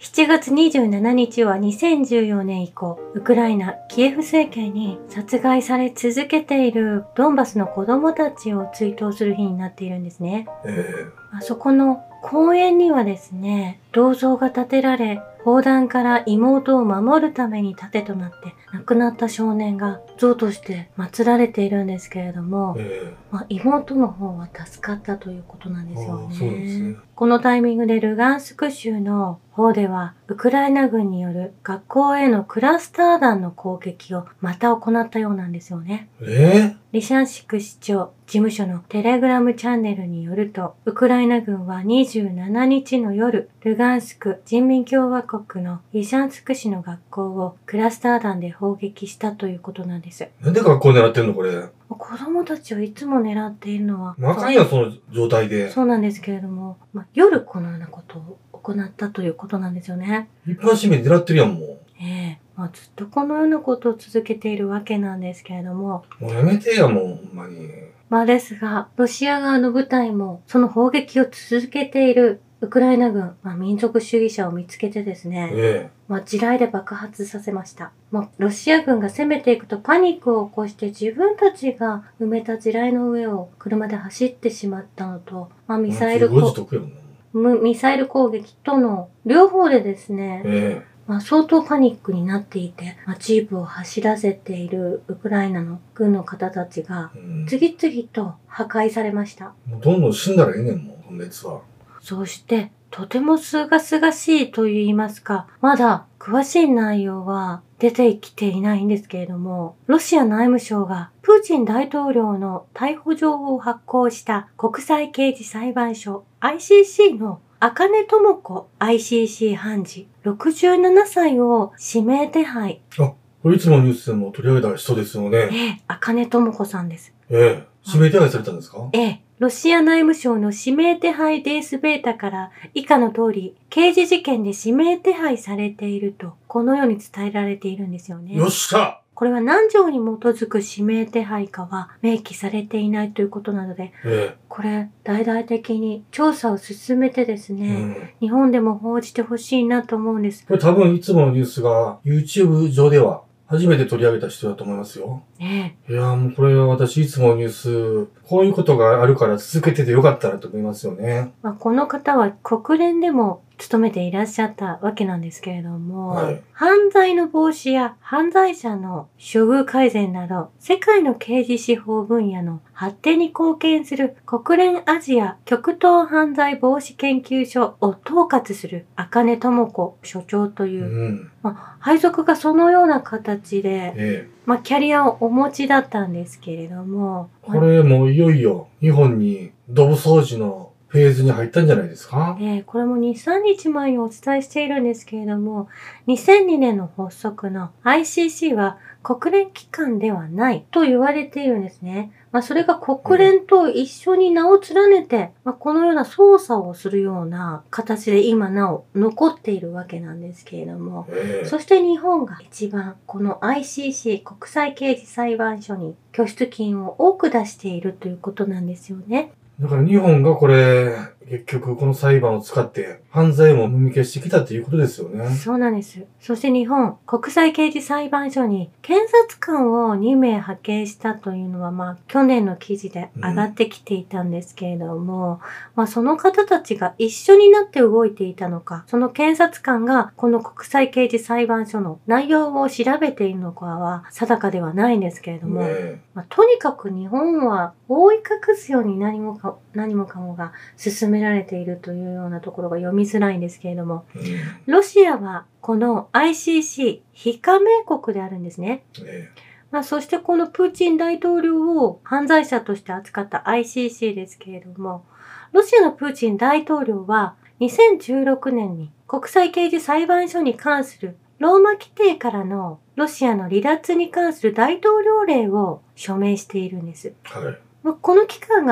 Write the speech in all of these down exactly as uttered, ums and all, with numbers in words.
しちがつにじゅうしちにちはにせんじゅうよねん以降、ウクライナ、キエフ政権に殺害され続けているドンバスの子供たちを追悼する日になっているんですね。 えあそこの公園にはですね、銅像が建てられ、砲弾から妹を守るために盾となって亡くなった少年が像として祀られているんですけれども、 ええまあ、妹の方は助かったということなんですよね。 ああそうですね。 このタイミングでルガンスク州の方では、ウクライナ軍による学校へのクラスター弾の攻撃をまた行ったようなんですよね。 ええリシャンシク市長事務所のテレグラムチャンネルによると、ウクライナ軍はにじゅうしちにちの夜、ルガンスク人民共和国のリシャンスク市の学校をクラスター弾で砲撃したということなんです。 なんで学校狙ってんのこれ。 子供たちをいつも狙っているのは、 まああかんやん、その状態で。 そうなんですけれども、まあ、夜このようなことを行ったということなんですよね。 一般市民狙ってるやん、もええまあ、ずっとこのようなことを続けているわけなんですけれども、 う。もうやめてや、もう、ほんまに。 まあですが、ロシア側の部隊もその砲撃を続けているウクライナ軍、まあ、民族主義者を見つけてですね、 えまあ、地雷で爆発させました。まあ、ロシア軍が攻めていくとパニックを起こして自分たちが埋めた地雷の上を車で走ってしまったのと、まあ、 えミサイルすごいこ自得やんな。 むミサイル攻撃との両方でですね、 えまあ、相当パニックになっていて、まあ、ジープを走らせているウクライナの軍の方たちがえうん。 次々と破壊されました。 もうどんどん死んだらええねん、もう、今月は。 そしてとても清々しいと言いますか、まだ詳しい内容は出てきていないんですけれども、ロシア内務省がプーチン大統領の逮捕状を発行した国際刑事裁判所 アイシーシー の茜智子 アイシーシー 判事ろくじゅうななさいを指名手配。 あ、これいつものニュースでも取り上げた人ですよね。 ええ、茜智子さんです。 ええ指名手配されたんですか？ ええ、ロシア内務省の指名手配デースベータから以下の通り、刑事事件で指名手配されていると、このように伝えられているんですよね。 よっしゃこれは何条に基づく指名手配かは明記されていないということなので、 えこれ大々的に調査を進めてですえね、 うん。 日本でも報じてほしいなと思うんです。 これ多分いつものニュースが YouTube 上では初めて取り上げた人だと思いますよ。 ねいやーもうこれは私いつものニュース、こういうことがあるから続けててよかったなと思いますよね。 え、まあ、この方は国連でも勤めていらっしゃったわけなんですけれども、 はい犯罪の防止や犯罪者の処遇改善など、世界の刑事司法分野の発展に貢献する国連アジア極東犯罪防止研究所を統括する茜智子所長とういう、 ん。 まあ、配属がそのような形で、 ええまあ、キャリアをお持ちだったんですけれども、 これもういよいよ日本にドブ掃除のフェーズに入ったんじゃないですか？ えーこれもに、さんにちまえにお伝えしているんですけれども、にせんにねんの発足の アイシーシー は国連機関ではないと言われているんですね。まあ、それが国連と一緒に名を連ねて、まあ、このような捜査をするような形で今なお残っているわけなんですけれども、 ええそして日本が一番この アイシーシー 国際刑事裁判所に拠出金を多く出しているということなんですよね。 だから日本がこれ、結局この裁判を使って犯罪ももみ消してきたっていうことですよね。 そうなんです。そして日本国際刑事裁判所に検察官をにめい派遣したというのは、まあ去年の記事で上がってきていたんですけれども、まあその方たちが一緒になって動いていたのか、その検察官がこの国際刑事裁判所の内容を調べているのかは定かではないんですけれども、 えまあ、とにかく日本は覆い隠すように何もか何もかもが進められているというようなところが読みづらいんですけれども、 えうんロシアはこの アイシーシー 非加盟国であるんですね。 えまあ、そしてこのプーチン大統領を犯罪者として扱った アイシーシー ですけれども、ロシアのプーチン大統領はにせんじゅうろくねんに国際刑事裁判所に関するローマ規定からのロシアの離脱に関する大統領令を署名しているんです。 えはい。 まあこの期間が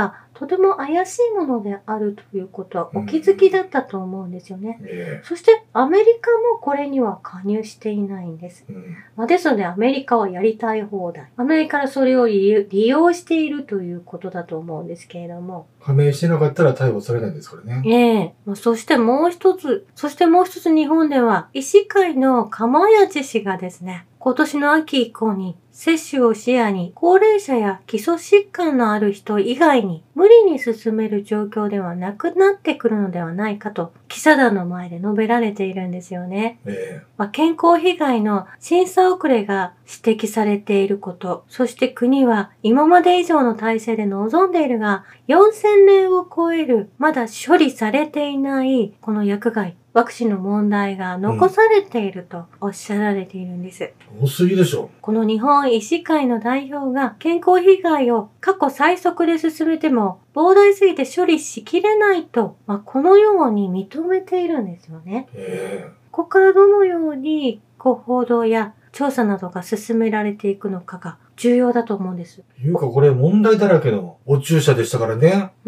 とても怪しいものであるということはお気づきだったと思うんですよね。 えそしてアメリカもこれには加入していないんです。 えうん。 まあ、ですのでアメリカはやりたい放題。アメリカはそれを利利用しているということだと思うんですけれども。 加盟してなかったら逮捕されないんですからね。 ええまあ、そしてもう一つ、そしてもう一つ日本では医師会の釜谷氏がですね、今年の秋以降に接種を視野に高齢者や基礎疾患のある人以外に無理に進める状況ではなくなってくるのではないかと記者団の前で述べられているんですよね。 えまあ、健康被害の審査遅れが指摘されていること、そして国は今まで以上の体制で臨んでいるがよんせんれいを超えるまだ処理されていないこの薬害、ワクチンの問題が残されているとおっしゃられているんです。 え多すぎでしょ。 この日本医師会の代表が健康被害を過去最速で進めても膨大すぎて処理しきれないと、まあ、このように認めているんですよね。 えここからどのようにこう報道や調査などが進められていくのかが重要だと思うんです。 えいうかこれ問題だらけのお注射でしたからね。 うん。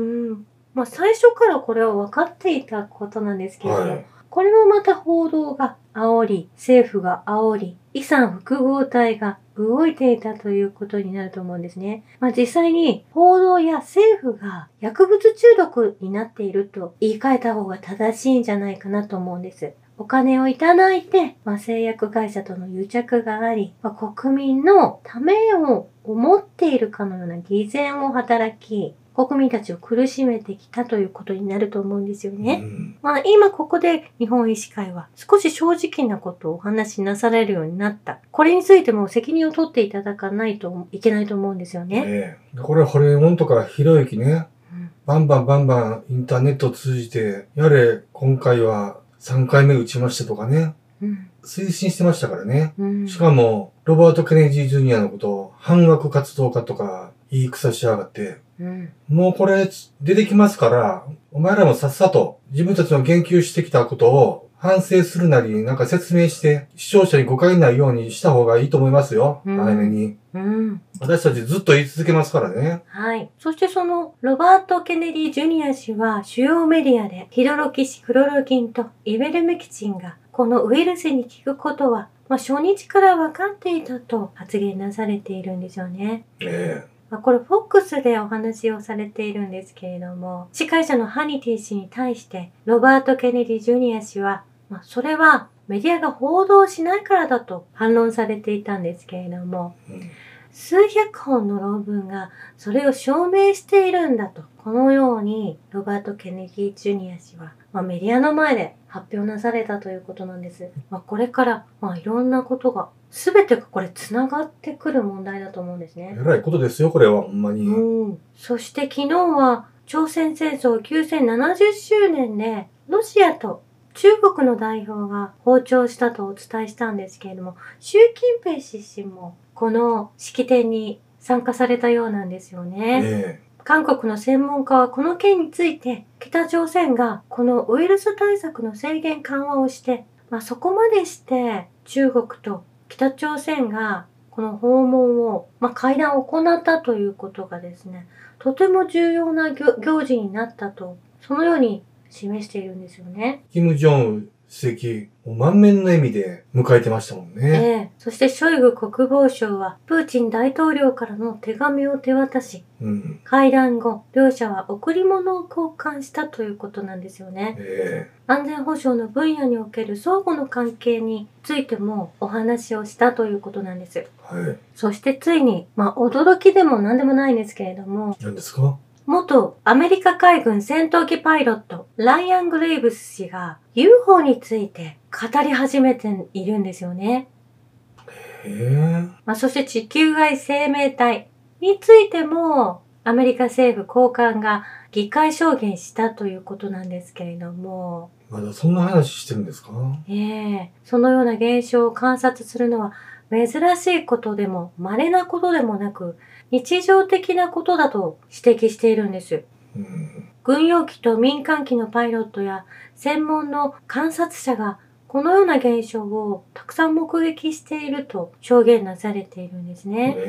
まあ最初からこれは分かっていたことなんですけれども、 はい。 これもまた報道が煽り、政府が煽り、遺産複合体が動いていたということになると思うんですね。まあ実際に報道や政府が薬物中毒になっていると言い換えた方が正しいんじゃないかなと思うんです。お金をいただいて、まあ、製薬会社との癒着があり、まあ、国民のためを思っているかのような偽善を働き、国民たちを苦しめてきたということになると思うんですよね。 うん。 まあ今ここで日本医師会は少し正直なことをお話しなされるようになった。これについても責任を取っていただかないといけないと思うんですよね。 ええこれはホリエモンとかひろゆきね、 うんバンバンバンバンインターネットを通じて、やれ、今回はさんかいめ打ちましたとかね、 うん推進してましたからね。 うんしかも、ロバート・ケネディ・ジュニアのことを反学活動家とか言い草しやがって、 うんもうこれ出てきますから、お前らもさっさと自分たちの言及してきたことを反省するなり、なんか説明して、視聴者に誤解ないようにした方がいいと思いますよ。 うん早めに。 うん私たちずっと言い続けますからね。 はい。そしてそのロバート・ケネディ・ジュニア氏は主要メディアでヒドロキシクロロキンとイベルメキチンがこのウイルスに効くことは、まあ、初日から分かっていたと発言なされているんですよね。 えまあ、これフォックスでお話をされているんですけれども、司会者のハニティ氏に対してロバート・ケネディ・ジュニア氏は、まあ、それはメディアが報道しないからだと反論されていたんですけれども、 えうん数百本の論文がそれを証明しているんだと、このようにロバート・ケネディ・ジュニア氏は、まあ、メディアの前で発表なされたということなんです。まあ、これから、まあ、いろんなことが、すべてがこれ繋がってくる問題だと思うんですね。 えらいことですよ、これは、ほんまに。 うん。そして昨日は朝鮮戦争きゅうせんななじゅっしゅうねんでロシアと中国の代表が訪朝したとお伝えしたんですけれども、習近平氏自身もこの式典に参加されたようなんですよね。 え韓国の専門家はこの件について、北朝鮮がこのウイルス対策の制限緩和をして、まあ、そこまでして中国と北朝鮮がこの訪問を、まあ、会談を行ったということがですね、とても重要な行行事になったと、そのように示しているんですよね。 えキム・ジョンウン主席、もう満面の笑みで迎えてましたもんえね。 えそしてショイグ国防相はプーチン大統領からの手紙を手渡し、 うん。 会談後、両者は贈り物を交換したということなんですよね。 え安全保障の分野における相互の関係についてもお話をしたということなんです。 えはい。 そしてついに、まあ驚きでも何でもないんですけれども、 何ですか？ 元アメリカ海軍戦闘機パイロット、ライアン・グレイブス氏が ユーフォー について語り始めているんですよね。 ええまあ、そして地球外生命体についても、アメリカ政府高官が議会証言したということなんですけれども、 まだそんな話してるんですか？ ええそのような現象を観察するのは珍しいことでも稀なことでもなく、日常的なことだと指摘しているんです。 うん。 軍用機と民間機のパイロットや専門の観察者がこのような現象をたくさん目撃していると証言なされているんですね。 え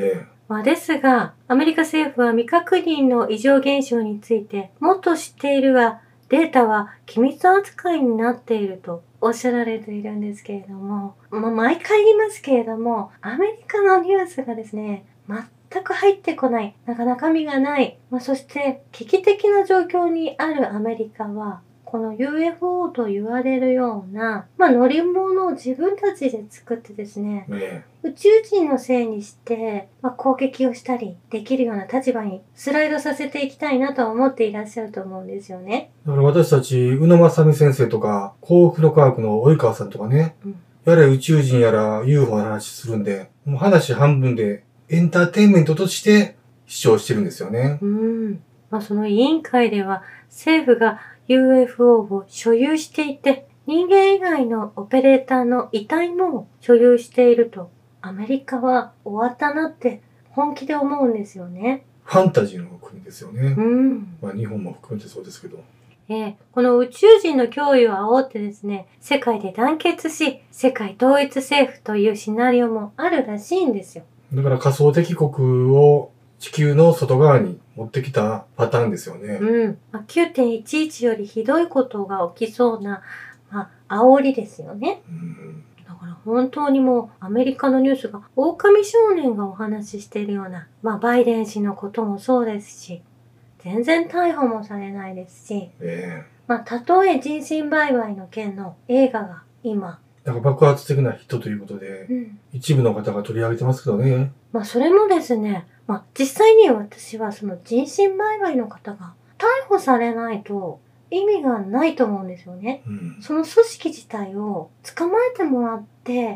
まあ、ですが、アメリカ政府は未確認の異常現象について、もっと知っているが、データは機密扱いになっているとおっしゃられているんですけれども、まあ、毎回言いますけれども、アメリカのニュースがですね、全く入ってこない、なかなか中身がない、まあ、そして危機的な状況にあるアメリカは、この ユーエフオー と言われるような、まあ、乗り物を自分たちで作ってですね、 ね宇宙人のせいにして、まあ、攻撃をしたりできるような立場にスライドさせていきたいなと思っていらっしゃると思うんですよね。 だから私たち、宇野正美先生とか、幸福の科学の及川さんとかね、 うん、 やれ宇宙人やら ユーフォー の話するんで、もう話半分でエンターテインメントとして主張してるんですよね。 うん。まあ、その委員会では政府が ユーエフオー を所有していて、人間以外のオペレーターの遺体も所有していると、アメリカは終わったなって本気で思うんですよね。 ファンタジーの国ですよね。 うん。 まあ日本も含めてそうですけど。 えー、この宇宙人の脅威を煽ってですね、世界で団結し、世界統一政府というシナリオもあるらしいんですよ。 だから仮想敵国を地球の外側に持ってきたパターンですよね。 うん。まあ、きゅうてんいちいち よりひどいことが起きそうな、まあ、煽りですよね。 うん、 だから本当にもうアメリカのニュースが狼少年がお話ししているような、まあバイデン氏のこともそうですし、全然逮捕もされないですし、 ええまあたとえ人身売買の件の映画が今、 だから爆発的なヒットということで、 うん、 一部の方が取り上げてますけどね。 まあそれもですね、まあ実際に私はその人身売買の方が逮捕されないと意味がないと思うんですよね。 うん、 その組織自体を捕まえてもらって、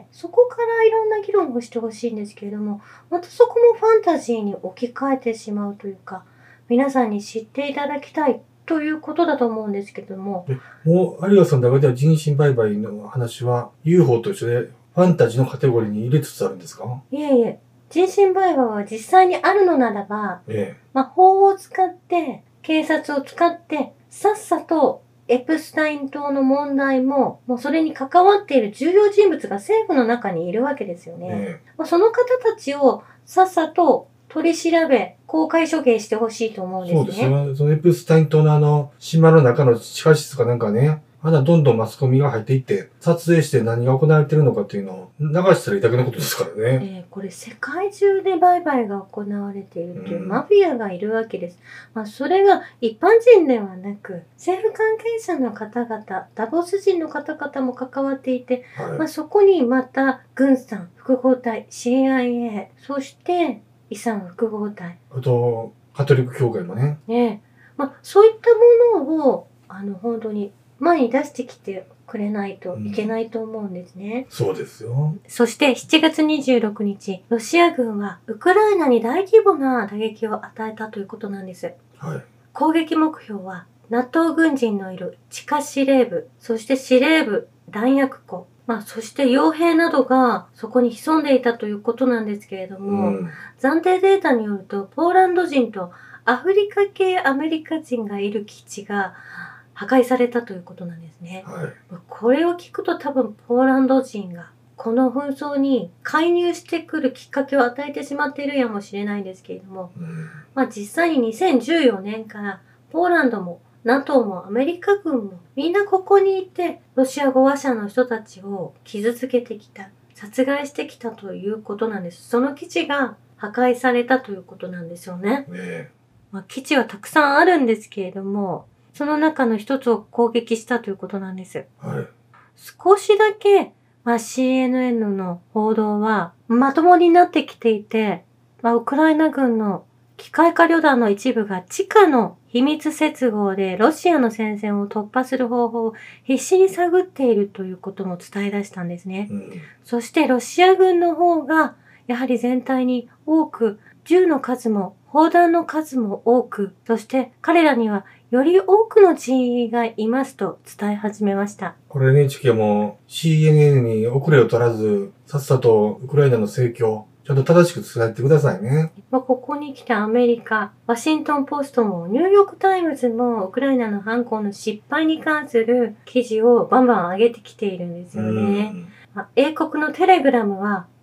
そこからいろんな議論をしてほしいんですけれども、またそこもファンタジーに置き換えてしまうというか、皆さんに知っていただきたいということだと思うんですけども。 もう、有賀さんの中では人身売買の話は ユーフォー と一緒でファンタジーのカテゴリーに入れつつあるんですか？ いえいえ、人身売買は実際にあるのならば、 ええ。 まあ、法を使って、警察を使って、さっさとエプスタイン島の問題も、もうそれに関わっている重要人物が政府の中にいるわけですよね。 ええ、 まあ、その方たちをさっさと取り調べ、公開処刑してほしいと思うんですね。 そうですよ。そのエプスタイン島のあの、島の中の地下室かなんかね、まだどんどんマスコミが入っていって、撮影して何が行われてるのかっていうのを流したらいいだけのことですからね。 えー、これ世界中で売買が行われているというマフィアがいるわけです。まあ、それが一般人ではなく、政府関係者の方々、ダボス人の方々も関わっていて、 はい。 まあ、そこにまた軍さん、複合体、シーアイエー、そして遺産複合体。 あと、カトリック教会もね。 ね、まあ、そういったものを、あの、本当に前に出してきてくれないといけないと思うんですね。 うん、そうですよ。 そしてしちがつにじゅうろくにち、ロシア軍はウクライナに大規模な打撃を与えたということなんです。 はい。 攻撃目標は ナトー 軍人のいる地下司令部、そして司令部、弾薬庫、まあ、そして傭兵などがそこに潜んでいたということなんですけれども、 うん、 暫定データによると、ポーランド人とアフリカ系アメリカ人がいる基地が破壊されたということなんですね。 はい。 これを聞くと多分ポーランド人がこの紛争に介入してくるきっかけを与えてしまっているやもしれないんですけれども、 うん、 まあ実際ににせんじゅうよねんからポーランドも ナトー もアメリカ軍もみんなここにいてロシア語話者の人たちを傷つけてきた、殺害してきたということなんです。その基地が破壊されたということなんですよね。 ね、 まあ、基地はたくさんあるんですけれども、その中の一つを攻撃したということなんです。 はい。 少しだけ、まあ、シーエヌエヌ の報道はまともになってきていて、まあ、ウクライナ軍の機械化旅団の一部が地下の秘密接合でロシアの戦線を突破する方法を必死に探っているということも伝え出したんですね。 うん、 そしてロシア軍の方がやはり全体に多く銃の数も砲弾の数も多く、そして彼らにはより多くの人員がいますと伝え始めました。 これ エヌエイチケー も シーエヌエヌ に遅れを取らず、さっさとウクライナの盛況、ちゃんと正しく伝えてくださいね。 まあ、ここに来てアメリカ、ワシントンポストもニューヨークタイムズもウクライナの反攻の失敗に関する記事をバンバン上げてきているんですよね。まあ、英国のテレグラムは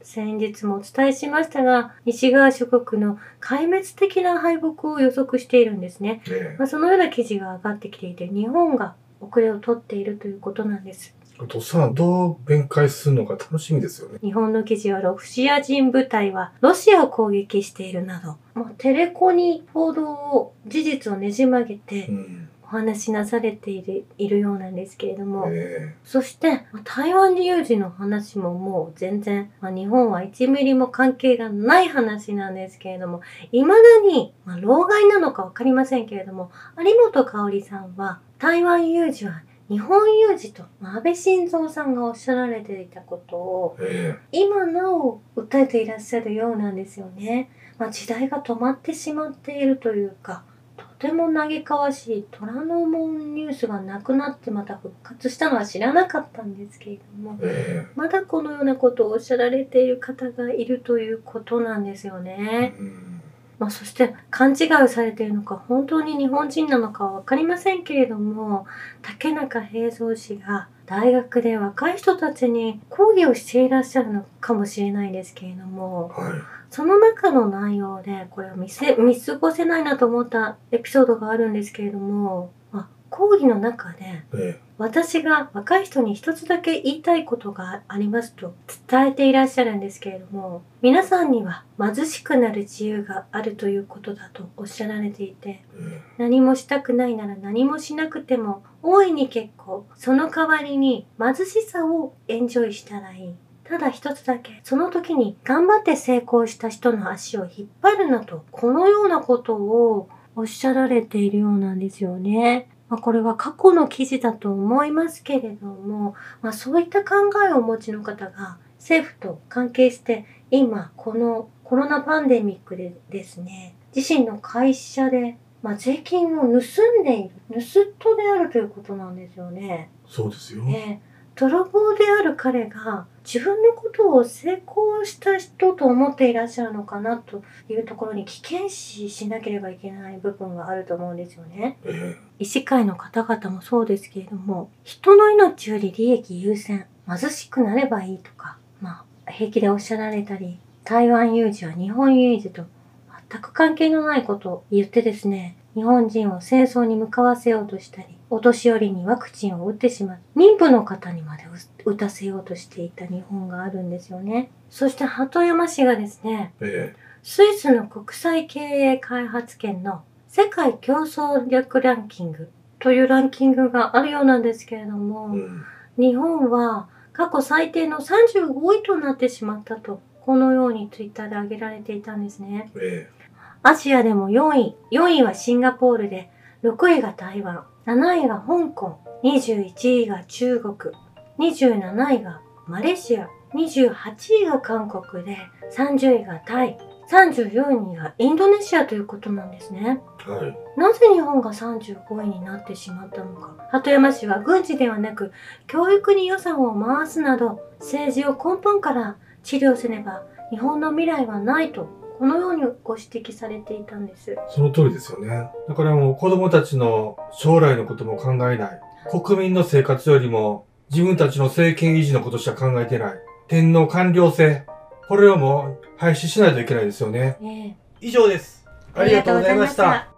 先日もお伝えしましたが、西側諸国の壊滅的な敗北を予測しているんですね。 ええ。 まあ、そのような記事が上がってきていて、日本が遅れを取っているということなんです。 とさん、どう弁解するのか楽しみですよね。 日本の記事はロシア人部隊はロシアを攻撃しているなど、まあ、テレコに報道を、事実をねじ曲げてお話しなされている、いるようなんですけれども、 えそして台湾有事の話ももう全然、まあ、日本はいちミリも関係がない話なんですけれども、未だに、まあ、老害なのかわかりませんけれども、有本香織さんは台湾有事は日本有事と安倍晋三さんがおっしゃられていたことをえ今なお訴えていらっしゃるようなんですよね。まあ、時代が止まってしまっているというか、とても嘆かわしい虎ノ門ニュースがなくなってまた復活したのは知らなかったんですけれども、 えまだこのようなことをおっしゃられている方がいるということなんですよね。 うんまあ、そして勘違いをされているのか本当に日本人なのかはわかりませんけれども、竹中平蔵氏が大学で若い人たちに講義をしていらっしゃるのかもしれないですけれども、 はい。 その中の内容でこれを見せ見過ごせないなと思ったエピソードがあるんですけれども、まあ、講義の中でえ私が若い人に一つだけ言いたいことがありますと伝えていらっしゃるんですけれども、皆さんには貧しくなる自由があるということだとおっしゃられていて、 え何もしたくないなら何もしなくても大いに結構、その代わりに貧しさをエンジョイしたらいい。ただ一つだけ、その時に頑張って成功した人の足を引っ張るなと、このようなことをおっしゃられているようなんですよね。まあ、これは過去の記事だと思いますけれども、まあ、そういった考えをお持ちの方が政府と関係して今このコロナパンデミックでですね、自身の会社で、まあ、税金を盗んでいる、盗人であるということなんですよね。 そうですよ。 ね、泥棒である彼が自分のことを成功した人と思っていらっしゃるのかなというところに危険視しなければいけない部分があると思うんですよね。 え医師会の方々もそうですけれども、人の命より利益優先、貧しくなればいいとか、まあ平気でおっしゃられたり、台湾有事は日本有事と全く関係のないことを言ってですね、日本人を戦争に向かわせようとしたり、お年寄りにワクチンを打ってしまう、妊婦の方にまで打たせようとしていた日本があるんですよね。そして鳩山氏がですね、 えスイスの国際経営開発圏の世界競争力ランキングというランキングがあるようなんですけれども、 うん、 日本は過去最低のさんじゅうごいとなってしまったと、このようにツイッターで挙げられていたんですね。 えアジアでもよんい、よんいはシンガポールで、ろくいが台湾、なないが香港、にじゅういちいが中国、にじゅうなないがマレーシア、にじゅうはちいが韓国で、さんじゅういがタイ、さんじゅうよんいがインドネシアということなんですね。 はい。 なぜ日本がさんじゅうごいになってしまったのか。鳩山氏は軍事ではなく教育に予算を回すなど政治を根本から治療せねば日本の未来はないとこのようにご指摘されていたんです。 その通りですよね。だからもう子供たちの将来のことも考えない。国民の生活よりも自分たちの政権維持のことしか考えてない。天皇官僚制。これをもう廃止しないといけないですよね。 ええ、 以上です。ありがとうございました。